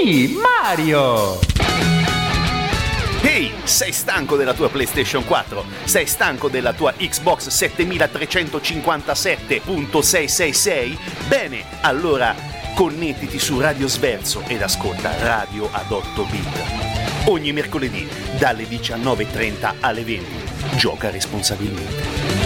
Sì, Mario! Ehi, sei stanco della tua PlayStation 4? Sei stanco della tua Xbox 7357.666? Bene, allora connettiti su Radio Sverso ed ascolta Radio ad 8 bit. Ogni mercoledì dalle 19:30 alle 20. Gioca responsabilmente.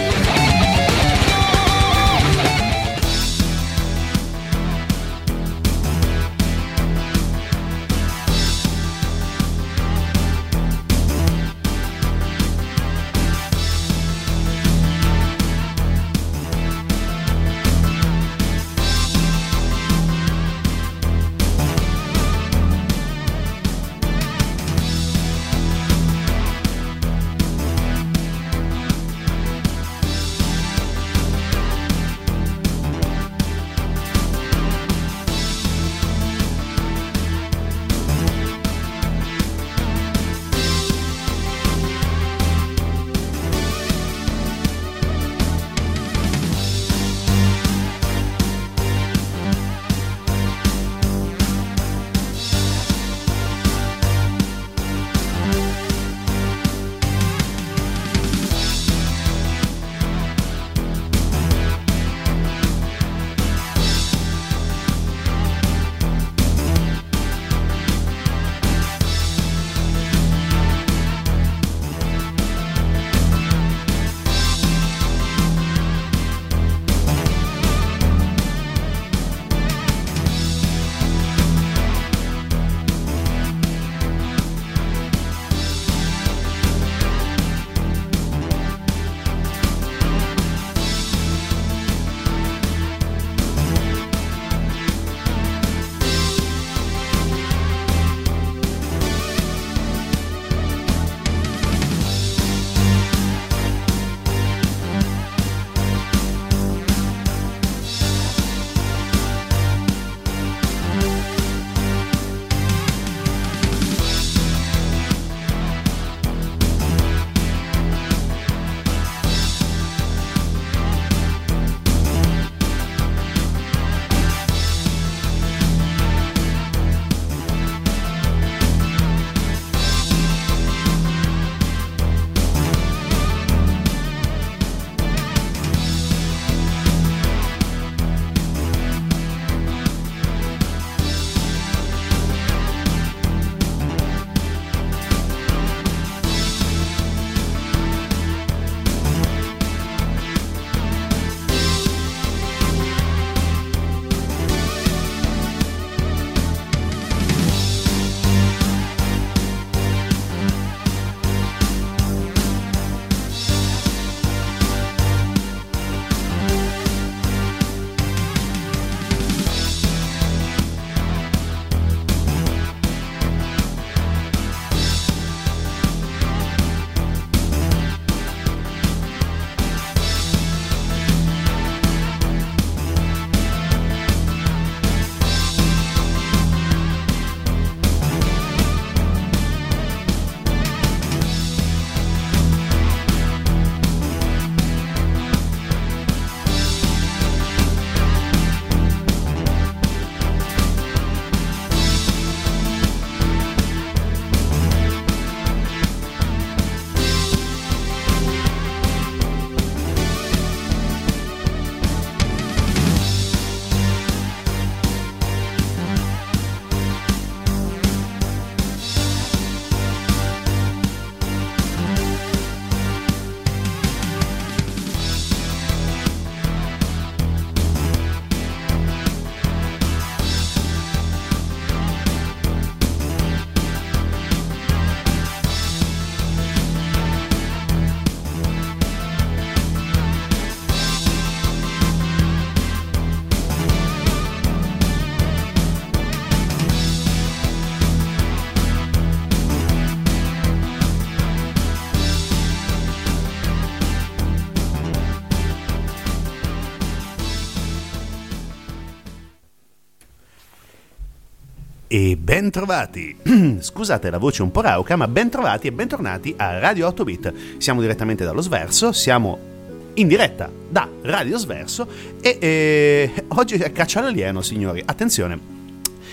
E bentrovati, scusate la voce un po' rauca, ma bentrovati e bentornati a Radio 8 Bit. Siamo direttamente dallo Sverso, siamo in diretta da Radio Sverso e oggi è caccia all'alieno, signori, attenzione.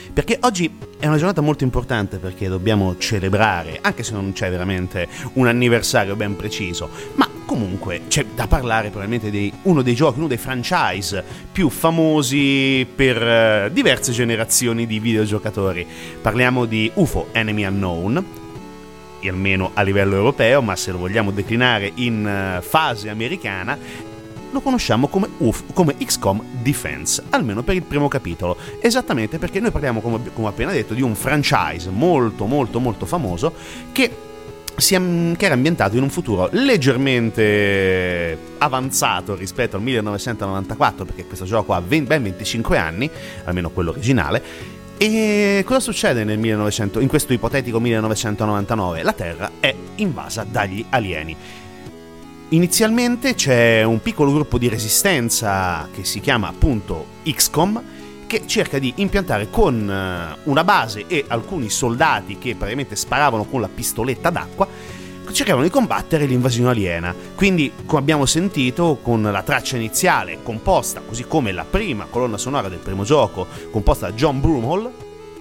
perché oggi è una giornata molto importante, perché dobbiamo celebrare, anche se non c'è veramente un anniversario ben preciso, ma comunque c'è da parlare probabilmente di uno dei giochi, uno dei franchise più famosi per diverse generazioni di videogiocatori. Parliamo di UFO Enemy Unknown, almeno a livello europeo, ma se lo vogliamo declinare in fase americana lo conosciamo come XCOM Defense, almeno per il primo capitolo, esattamente perché noi parliamo, come appena detto, di un franchise molto molto molto famoso che era ambientato in un futuro leggermente avanzato rispetto al 1994, perché questo gioco ha ben 25 anni, almeno quello originale. E cosa succede in questo ipotetico 1999? La Terra è invasa dagli alieni. Inizialmente c'è un piccolo gruppo di resistenza che si chiama appunto XCOM, che cerca di impiantare con una base e alcuni soldati che praticamente sparavano con la pistoletta d'acqua, cercavano di combattere l'invasione aliena. Quindi, come abbiamo sentito, con la traccia iniziale composta, così come la prima colonna sonora del primo gioco, composta da John Broomhall,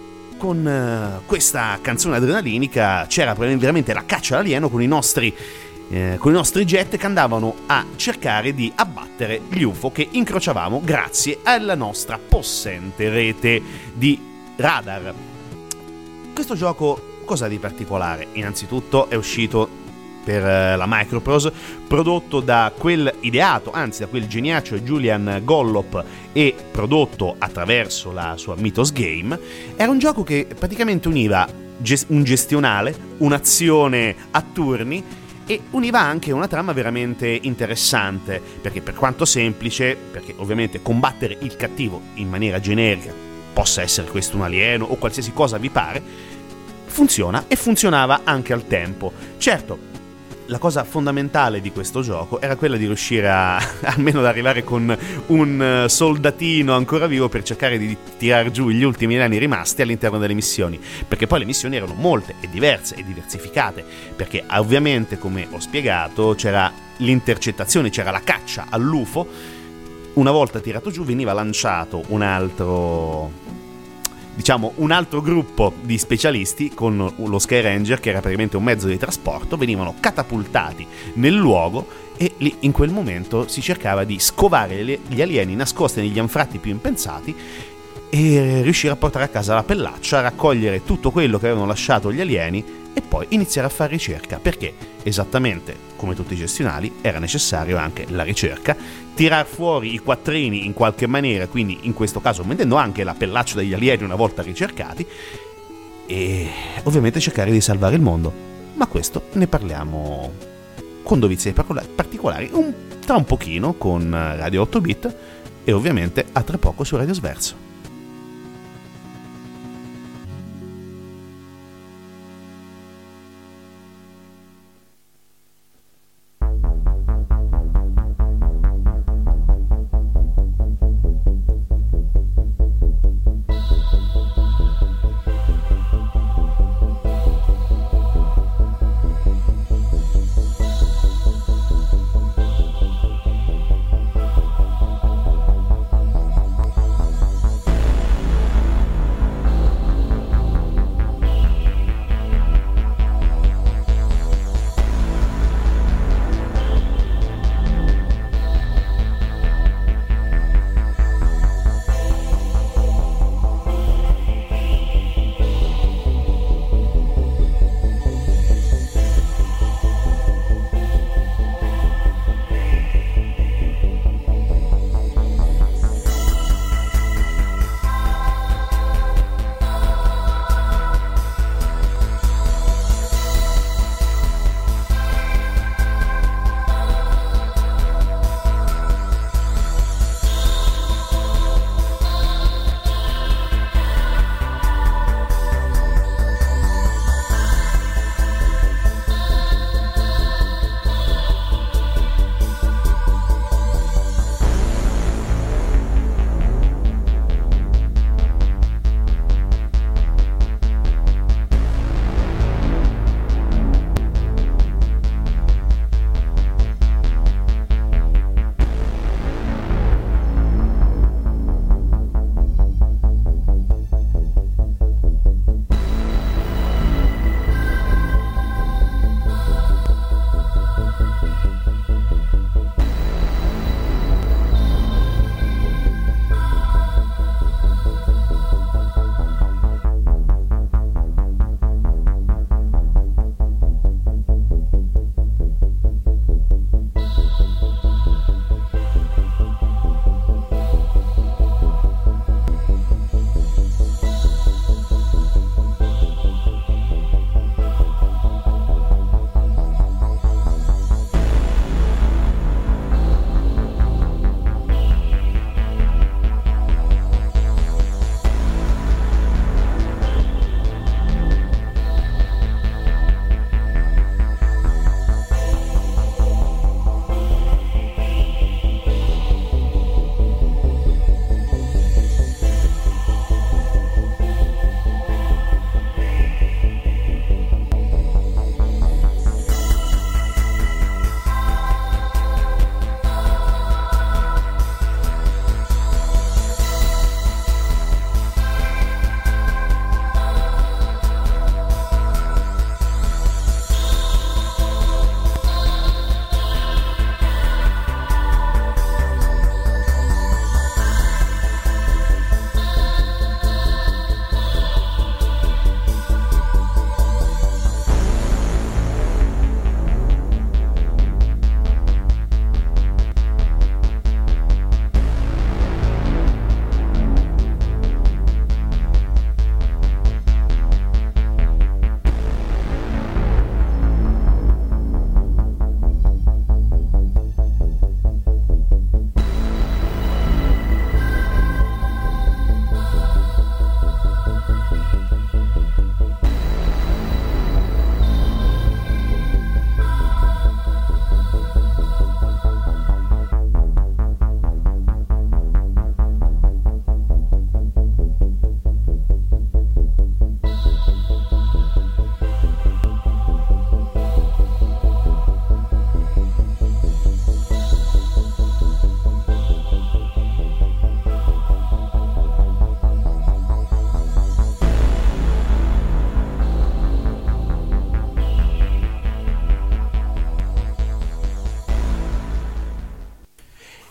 con questa canzone adrenalinica c'era veramente la caccia all'alieno con i nostri jet che andavano a cercare di abbattere gli UFO che incrociavamo grazie alla nostra possente rete di radar. Questo gioco cosa ha di particolare? Innanzitutto è uscito per la Microprose, prodotto da quel geniaccio Julian Gollop e prodotto attraverso la sua Mythos Game. Era un gioco che praticamente univa un gestionale, un'azione a turni e univa anche una trama veramente interessante, perché per quanto semplice, perché ovviamente combattere il cattivo in maniera generica, possa essere questo un alieno o qualsiasi cosa vi pare, funziona e funzionava anche al tempo. Certo, la cosa fondamentale di questo gioco era quella di riuscire almeno ad arrivare con un soldatino ancora vivo per cercare di tirar giù gli ultimi alieni rimasti all'interno delle missioni, perché poi le missioni erano molte e diverse e diversificate, perché ovviamente, come ho spiegato, c'era l'intercettazione, c'era la caccia all'UFO. Una volta tirato giù veniva lanciato un altro gruppo di specialisti con lo Sky Ranger, che era praticamente un mezzo di trasporto, venivano catapultati nel luogo e lì in quel momento si cercava di scovare gli alieni nascosti negli anfratti più impensati e riuscire a portare a casa la pellaccia, raccogliere tutto quello che avevano lasciato gli alieni e poi iniziare a fare ricerca, perché esattamente come tutti i gestionali era necessario anche la ricerca, tirar fuori i quattrini in qualche maniera, quindi in questo caso mettendo anche la pellaccia degli alieni una volta ricercati, e ovviamente cercare di salvare il mondo. Ma questo ne parliamo con dovizie particolari tra un pochino con Radio 8 Bit e ovviamente a tra poco su Radio Sverso.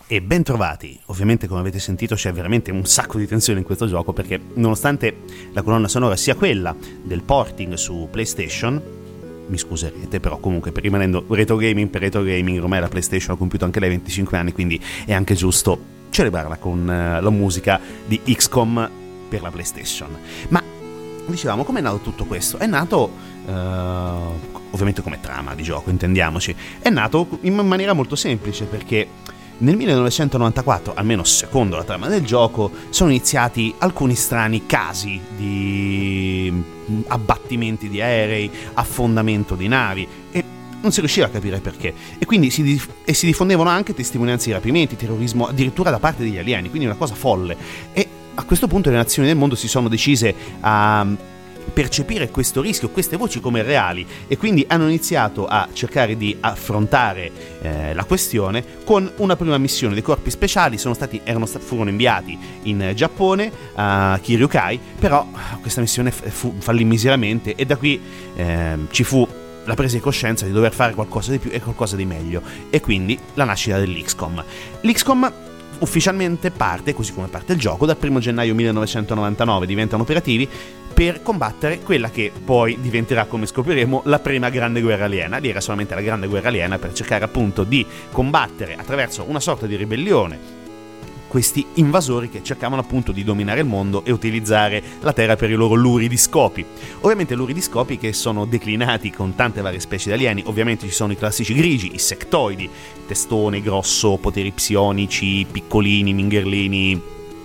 e bentrovati. Ovviamente, come avete sentito, c'è veramente un sacco di tensione in questo gioco, perché nonostante la colonna sonora sia quella del porting su PlayStation, mi scuserete, però comunque, per rimanendo retro gaming, ormai la PlayStation ha compiuto anche lei 25 anni, quindi è anche giusto celebrarla con la musica di XCOM per la PlayStation. Ma dicevamo, com'è nato tutto questo? È nato ovviamente come trama di gioco, intendiamoci, è nato in maniera molto semplice, perché nel 1994, almeno secondo la trama del gioco, sono iniziati alcuni strani casi di abbattimenti di aerei, affondamento di navi, e non si riusciva a capire perché, e quindi si diffondevano anche testimonianze di rapimenti, terrorismo, addirittura da parte degli alieni, quindi una cosa folle. E a questo punto le nazioni del mondo si sono decise a percepire questo rischio, queste voci come reali, e quindi hanno iniziato a cercare di affrontare la questione con una prima missione. Dei corpi speciali furono inviati in Giappone a Kiryukai, però questa missione fallì miseramente, e da qui ci fu la presa di coscienza di dover fare qualcosa di più e qualcosa di meglio, e quindi la nascita dell'XCOM. L'XCOM ufficialmente parte, così come parte il gioco, dal 1 gennaio 1999 diventano operativi per combattere quella che poi diventerà, come scopriremo, la prima grande guerra aliena. Lì era solamente la grande guerra aliena per cercare appunto di combattere attraverso una sorta di ribellione questi invasori che cercavano appunto di dominare il mondo e utilizzare la Terra per i loro luridi scopi. Ovviamente luridi scopi che sono declinati con tante varie specie di alieni. Ovviamente ci sono i classici grigi, i sectoidi, testone grosso, poteri psionici, piccolini, mingherlini,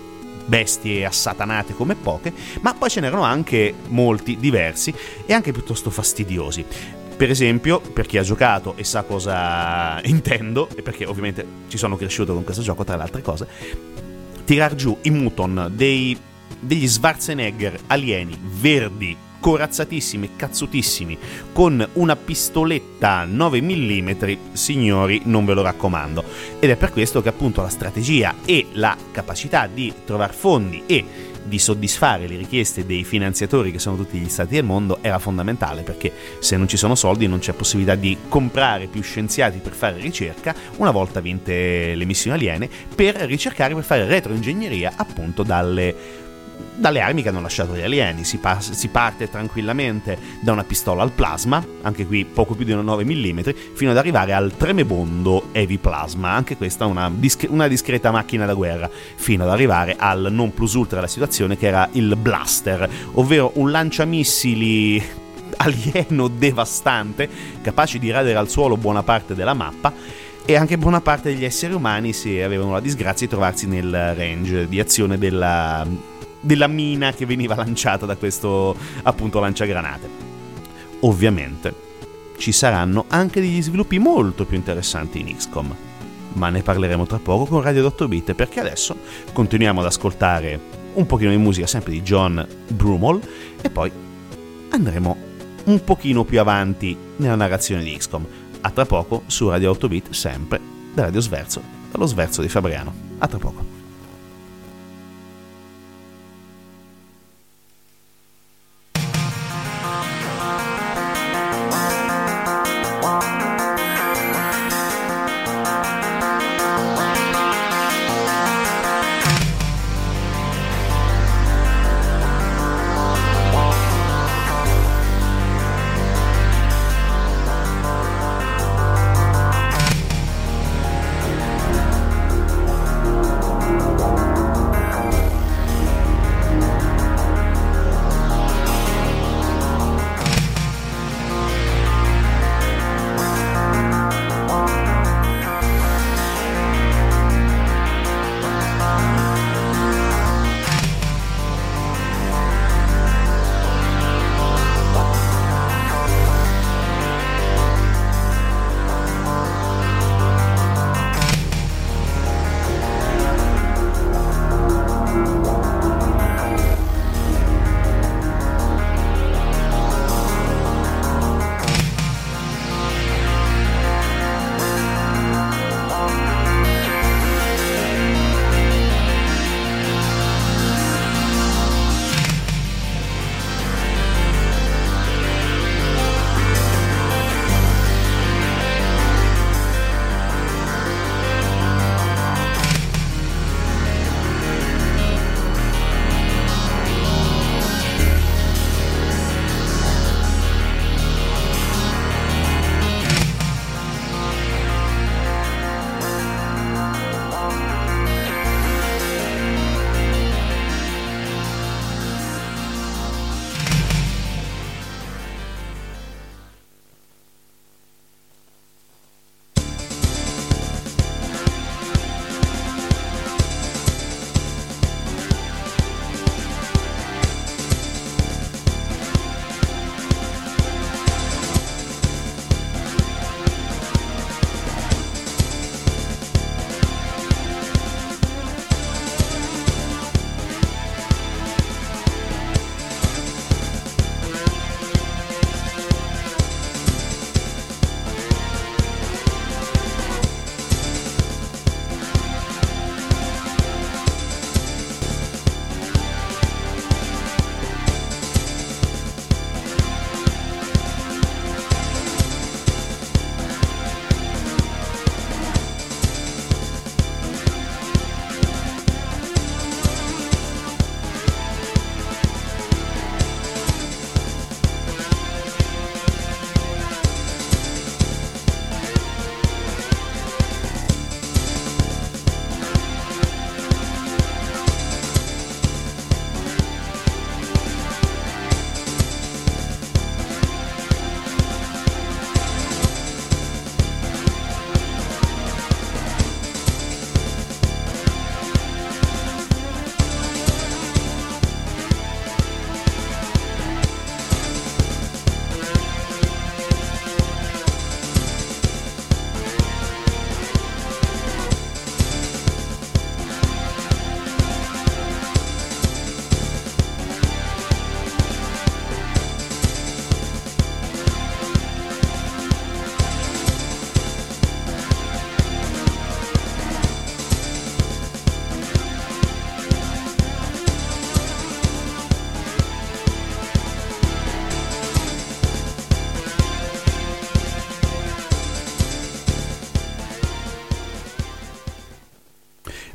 bestie assatanate come poche, ma poi ce n'erano anche molti diversi e anche piuttosto fastidiosi. Per esempio, per chi ha giocato e sa cosa intendo, e perché ovviamente ci sono cresciuto con questo gioco tra le altre cose, tirar giù i Muton degli Schwarzenegger alieni verdi, corazzatissimi, cazzutissimi, con una pistoletta 9 mm, signori, non ve lo raccomando. Ed è per questo che appunto la strategia e la capacità di trovare fondi e di soddisfare le richieste dei finanziatori, che sono tutti gli stati del mondo, era fondamentale, perché se non ci sono soldi non c'è possibilità di comprare più scienziati per fare ricerca, una volta vinte le missioni aliene, per ricercare, per fare retroingegneria appunto dalle armi che hanno lasciato gli alieni. Si parte tranquillamente da una pistola al plasma, anche qui poco più di una 9 mm, fino ad arrivare al tremebondo heavy plasma, anche questa una discreta macchina da guerra, fino ad arrivare al non plus ultra della situazione, che era il blaster, ovvero un lanciamissili alieno devastante, capace di radere al suolo buona parte della mappa, e anche buona parte degli esseri umani se avevano la disgrazia di trovarsi nel range di azione della mina che veniva lanciata da questo appunto lanciagranate. Ovviamente ci saranno anche degli sviluppi molto più interessanti in XCOM, ma ne parleremo tra poco con Radio 8 Bit, perché adesso continuiamo ad ascoltare un pochino di musica sempre di John Brummel e poi andremo un pochino più avanti nella narrazione di XCOM. A tra poco su Radio 8 Bit, sempre da Radio Sverso, dallo Sverso di Fabriano. A tra poco.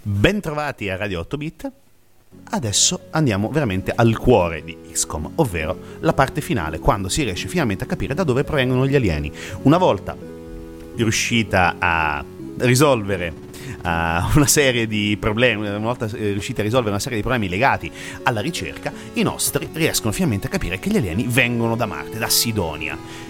Bentrovati a Radio 8 Bit. Adesso andiamo veramente al cuore di XCOM, ovvero la parte finale, quando si riesce finalmente a capire da dove provengono gli alieni. Una volta riuscita a risolvere una serie di problemi, una volta riusciti a risolvere una serie di problemi legati alla ricerca, i nostri riescono finalmente a capire che gli alieni vengono da Marte, da Sidonia,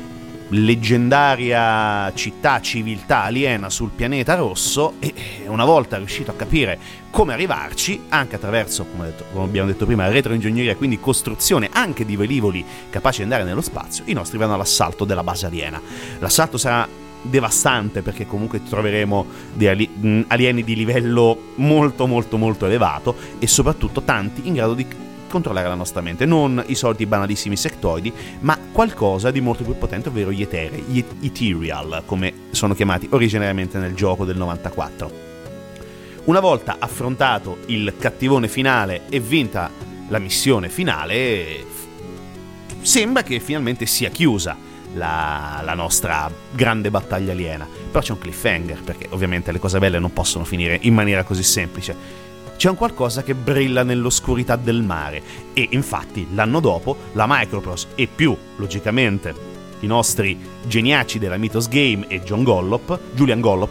leggendaria città, civiltà aliena sul pianeta rosso. E una volta riuscito a capire come arrivarci, anche attraverso, come abbiamo detto prima, retroingegneria, quindi costruzione anche di velivoli capaci di andare nello spazio, i nostri vanno all'assalto della base aliena. L'assalto sarà devastante, perché comunque troveremo dei alieni di livello molto molto molto elevato, e soprattutto tanti in grado di controllare la nostra mente, non i soliti banalissimi sectoidi, ma qualcosa di molto più potente, ovvero gli Eterei, gli Ethereal, come sono chiamati originariamente nel gioco del 94. Una volta affrontato il cattivone finale e vinta la missione finale, sembra che finalmente sia chiusa la nostra grande battaglia aliena. Però c'è un cliffhanger, perché ovviamente le cose belle non possono finire in maniera così semplice. C'è un qualcosa che brilla nell'oscurità del mare, e infatti l'anno dopo la Microprose, e più logicamente i nostri geniaci della Mythos Game e Julian Gollop,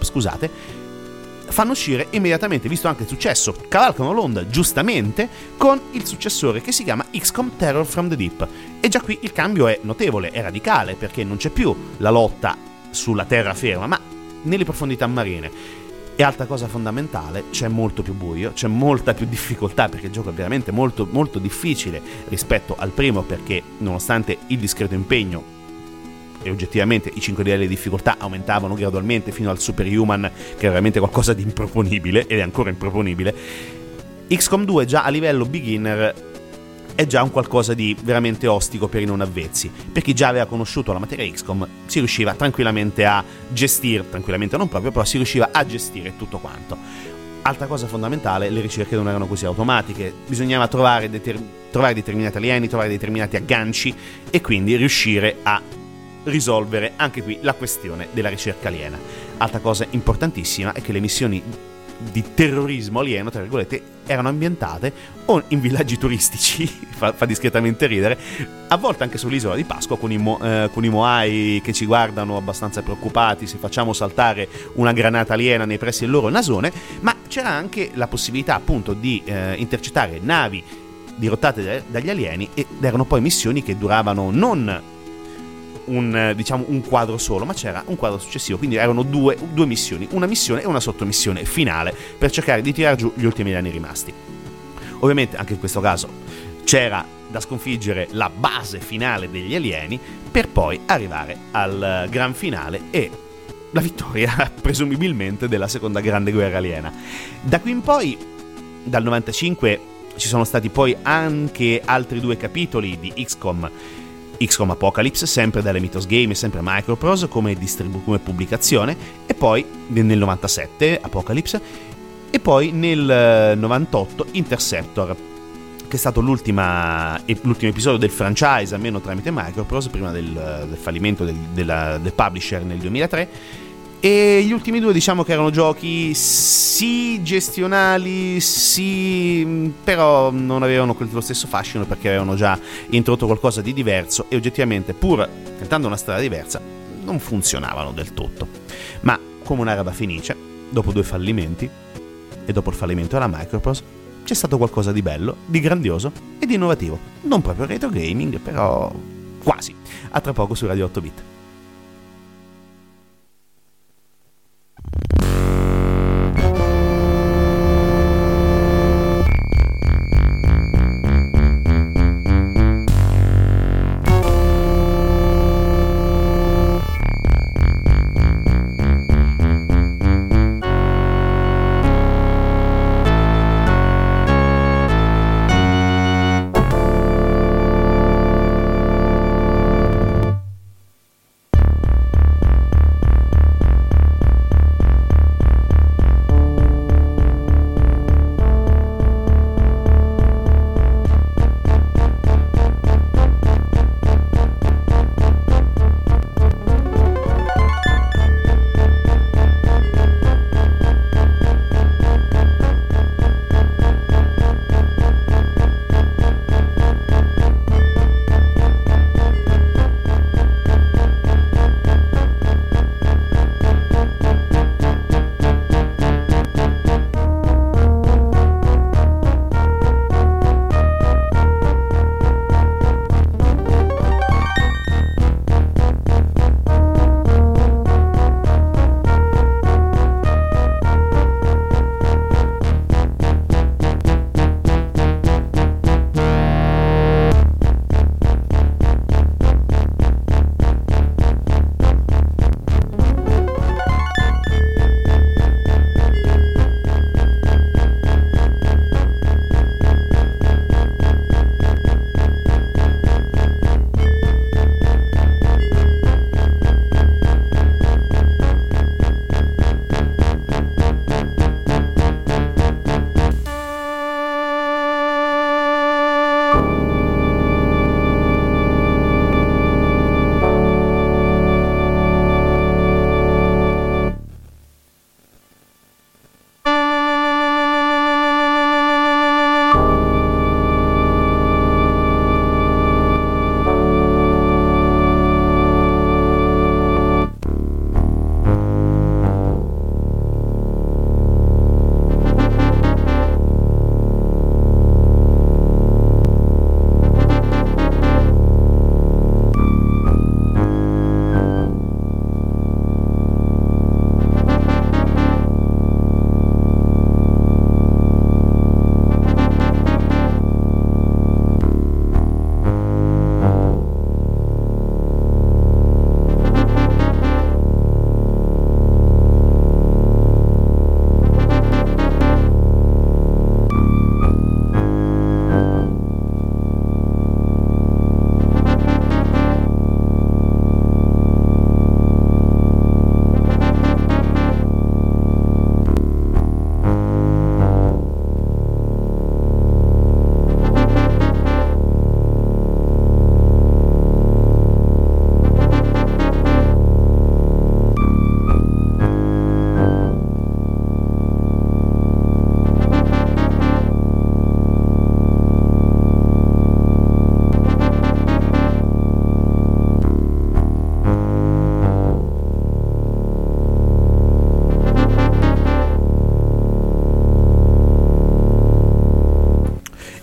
fanno uscire immediatamente, visto anche il successo, cavalcano l'onda giustamente con il successore che si chiama XCOM Terror from the Deep. E già qui il cambio è notevole, è radicale, perché non c'è più la lotta sulla terraferma, ma nelle profondità marine. E altra cosa fondamentale, c'è molto più buio, c'è molta più difficoltà, perché il gioco è veramente molto molto difficile rispetto al primo, perché nonostante il discreto impegno e oggettivamente i 5 livelli di difficoltà aumentavano gradualmente fino al Superhuman, che è veramente qualcosa di improponibile, ed è ancora improponibile, XCOM 2 già a livello beginner è già un qualcosa di veramente ostico per i non avvezzi. Per chi già aveva conosciuto la materia XCOM si riusciva tranquillamente a gestire, tranquillamente non proprio, però si riusciva a gestire tutto quanto. Altra cosa fondamentale, le ricerche non erano così automatiche, bisognava trovare determinati alieni, trovare determinati agganci, e quindi riuscire a risolvere anche qui la questione della ricerca aliena. Altra cosa importantissima è che le missioni di terrorismo alieno, tra virgolette, erano ambientate o in villaggi turistici, fa discretamente ridere, a volte anche sull'isola di Pasqua, con i Moai che ci guardano abbastanza preoccupati se facciamo saltare una granata aliena nei pressi del loro nasone. Ma c'era anche la possibilità appunto di intercettare navi dirottate dagli alieni, ed erano poi missioni che duravano non un quadro solo, ma c'era un quadro successivo, quindi erano due missioni, una missione e una sottomissione finale, per cercare di tirare giù gli ultimi alieni rimasti. Ovviamente anche in questo caso c'era da sconfiggere la base finale degli alieni, per poi arrivare al gran finale e la vittoria presumibilmente della seconda grande guerra aliena. Da qui in poi, dal 95, ci sono stati poi anche altri 2 capitoli di XCOM Apocalypse, sempre dalle Mythos Game e sempre Microprose come pubblicazione, e poi nel 97 Apocalypse, e poi nel 98 Interceptor, che è stato l'ultimo episodio del franchise, almeno tramite Microprose, prima del fallimento del publisher nel 2003. E gli ultimi 2 diciamo che erano giochi sì gestionali, sì, però non avevano lo stesso fascino, perché avevano già introdotto qualcosa di diverso, e oggettivamente, pur tentando una strada diversa, non funzionavano del tutto. Ma come un'araba fenice, dopo 2 fallimenti e dopo il fallimento della Microprose, c'è stato qualcosa di bello, di grandioso e di innovativo. Non proprio retro gaming, però quasi. A tra poco su Radio 8 Bit.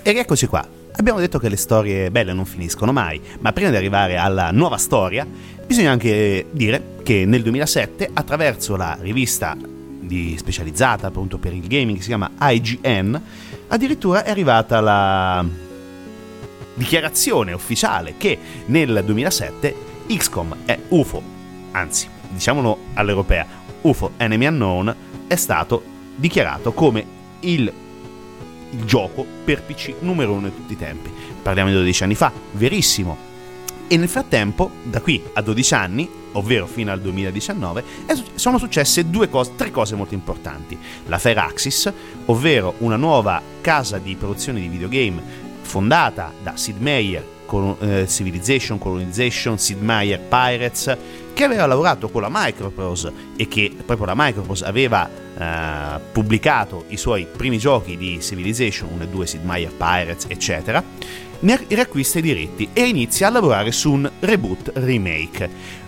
E rieccoci qua. Abbiamo detto che le storie belle non finiscono mai, ma prima di arrivare alla nuova storia bisogna anche dire che nel 2007, attraverso la rivista specializzata appunto per il gaming che si chiama IGN, addirittura è arrivata la dichiarazione ufficiale che nel 2007 XCOM e UFO, anzi diciamolo all'europea, UFO Enemy Unknown, è stato dichiarato come il gioco per PC numero 1 di tutti i tempi. Parliamo di 12 anni fa, verissimo. E nel frattempo, da qui a 12 anni, ovvero fino al 2019, sono successe tre cose molto importanti. La Firaxis, ovvero una nuova casa di produzione di videogame fondata da Sid Meier, Civilization, Colonization, Sid Meier, Pirates, che aveva lavorato con la Microprose e che proprio la Microprose aveva pubblicato i suoi primi giochi di Civilization 1 e 2, Sid Meier, Pirates, eccetera, ne riacquista i diritti e inizia a lavorare su un reboot remake.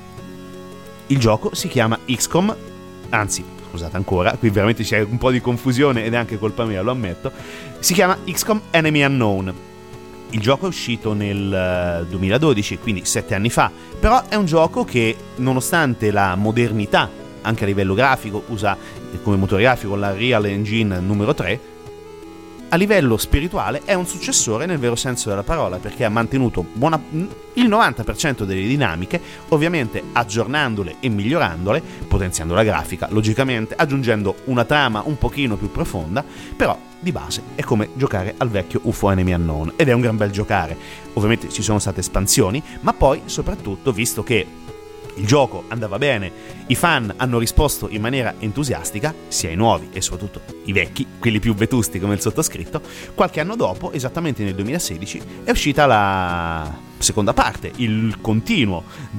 Il gioco si chiama XCOM, anzi, scusate ancora, qui veramente c'è un po' di confusione ed è anche colpa mia, lo ammetto, si chiama XCOM Enemy Unknown. Il gioco è uscito nel 2012, quindi 7 anni fa, però è un gioco che, nonostante la modernità, anche a livello grafico, usa come motore grafico la Real Engine numero 3, a livello spirituale è un successore nel vero senso della parola, perché ha mantenuto il 90% delle dinamiche, ovviamente aggiornandole e migliorandole, potenziando la grafica, logicamente, aggiungendo una trama un pochino più profonda, però di base è come giocare al vecchio UFO Enemy Unknown, ed è un gran bel giocare. Ovviamente ci sono state espansioni, ma poi soprattutto, visto che il gioco andava bene, i fan hanno risposto in maniera entusiastica, sia i nuovi e soprattutto i vecchi, quelli più vetusti come il sottoscritto. Qualche anno dopo, esattamente nel 2016, è uscita la seconda parte, il continuo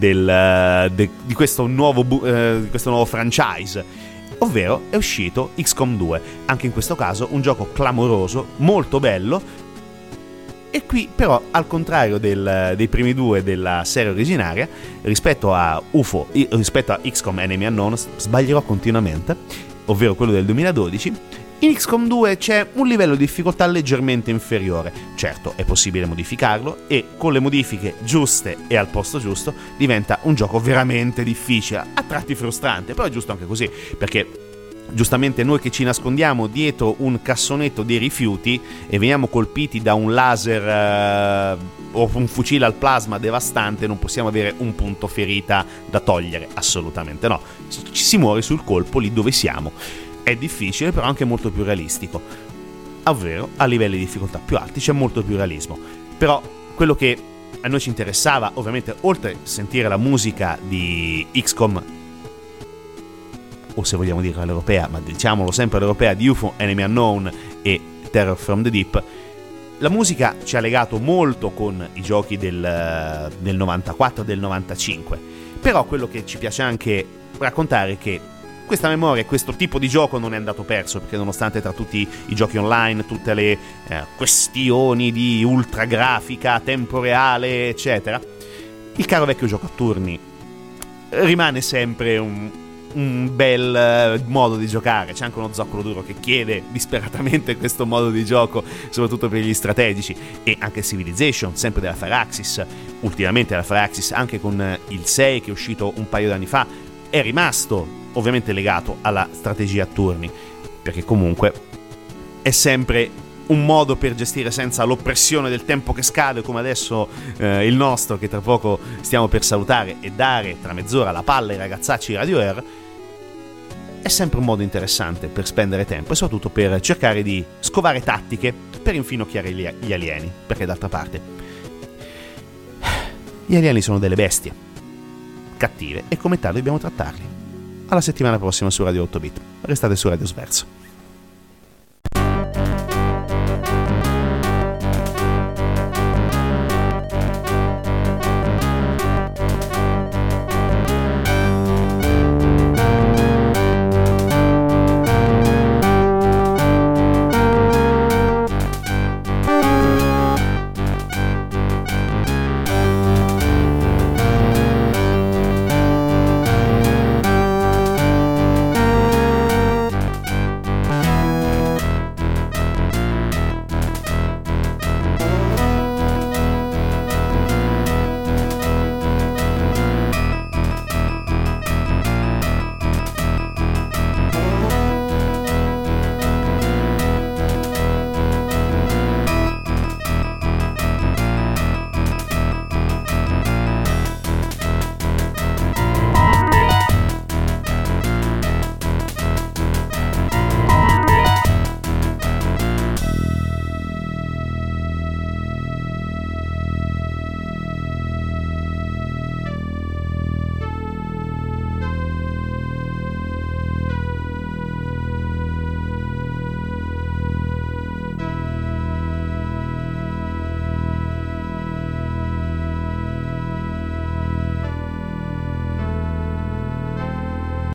di questo nuovo franchise, ovvero è uscito XCOM 2, anche in questo caso un gioco clamoroso, molto bello. E qui però, al contrario dei primi due della serie originaria, rispetto a XCOM Enemy Unknown, sbaglierò continuamente, ovvero quello del 2012, in XCOM 2 c'è un livello di difficoltà leggermente inferiore. Certo, è possibile modificarlo e con le modifiche giuste e al posto giusto diventa un gioco veramente difficile, a tratti frustrante, però è giusto anche così, perché giustamente noi che ci nascondiamo dietro un cassonetto dei rifiuti e veniamo colpiti da un laser o un fucile al plasma devastante, non possiamo avere un punto ferita da togliere, assolutamente no, ci si muore sul colpo lì dove siamo. È difficile, però anche molto più realistico, ovvero a livelli di difficoltà più alti c'è molto più realismo. Però quello che a noi ci interessava, ovviamente, oltre a sentire la musica di XCOM, o se vogliamo dirla all'europea, ma diciamolo sempre all'europea, di UFO Enemy Unknown e Terror from the Deep, la musica ci ha legato molto con i giochi del 94 e del 95. Però quello che ci piace anche raccontare è che questa memoria e questo tipo di gioco non è andato perso, perché nonostante tra tutti i giochi online, tutte le questioni di ultra grafica, tempo reale, eccetera, il caro vecchio gioco a turni rimane sempre un bel modo di giocare. C'è anche uno zoccolo duro che chiede disperatamente questo modo di gioco, soprattutto per gli strategici. E anche Civilization, sempre della Firaxis, ultimamente la Firaxis anche con il 6 che è uscito un paio d'anni fa, è rimasto ovviamente legato alla strategia a turni, perché comunque è sempre un modo per gestire senza l'oppressione del tempo che scade, come adesso il nostro, che tra poco stiamo per salutare e dare tra mezz'ora la palla ai ragazzacci di Radio Air. È sempre un modo interessante per spendere tempo e soprattutto per cercare di scovare tattiche per infinocchiare gli alieni, perché d'altra parte gli alieni sono delle bestie cattive e come tali dobbiamo trattarli. Alla settimana prossima su Radio 8 Bit. Restate su Radio Sverso.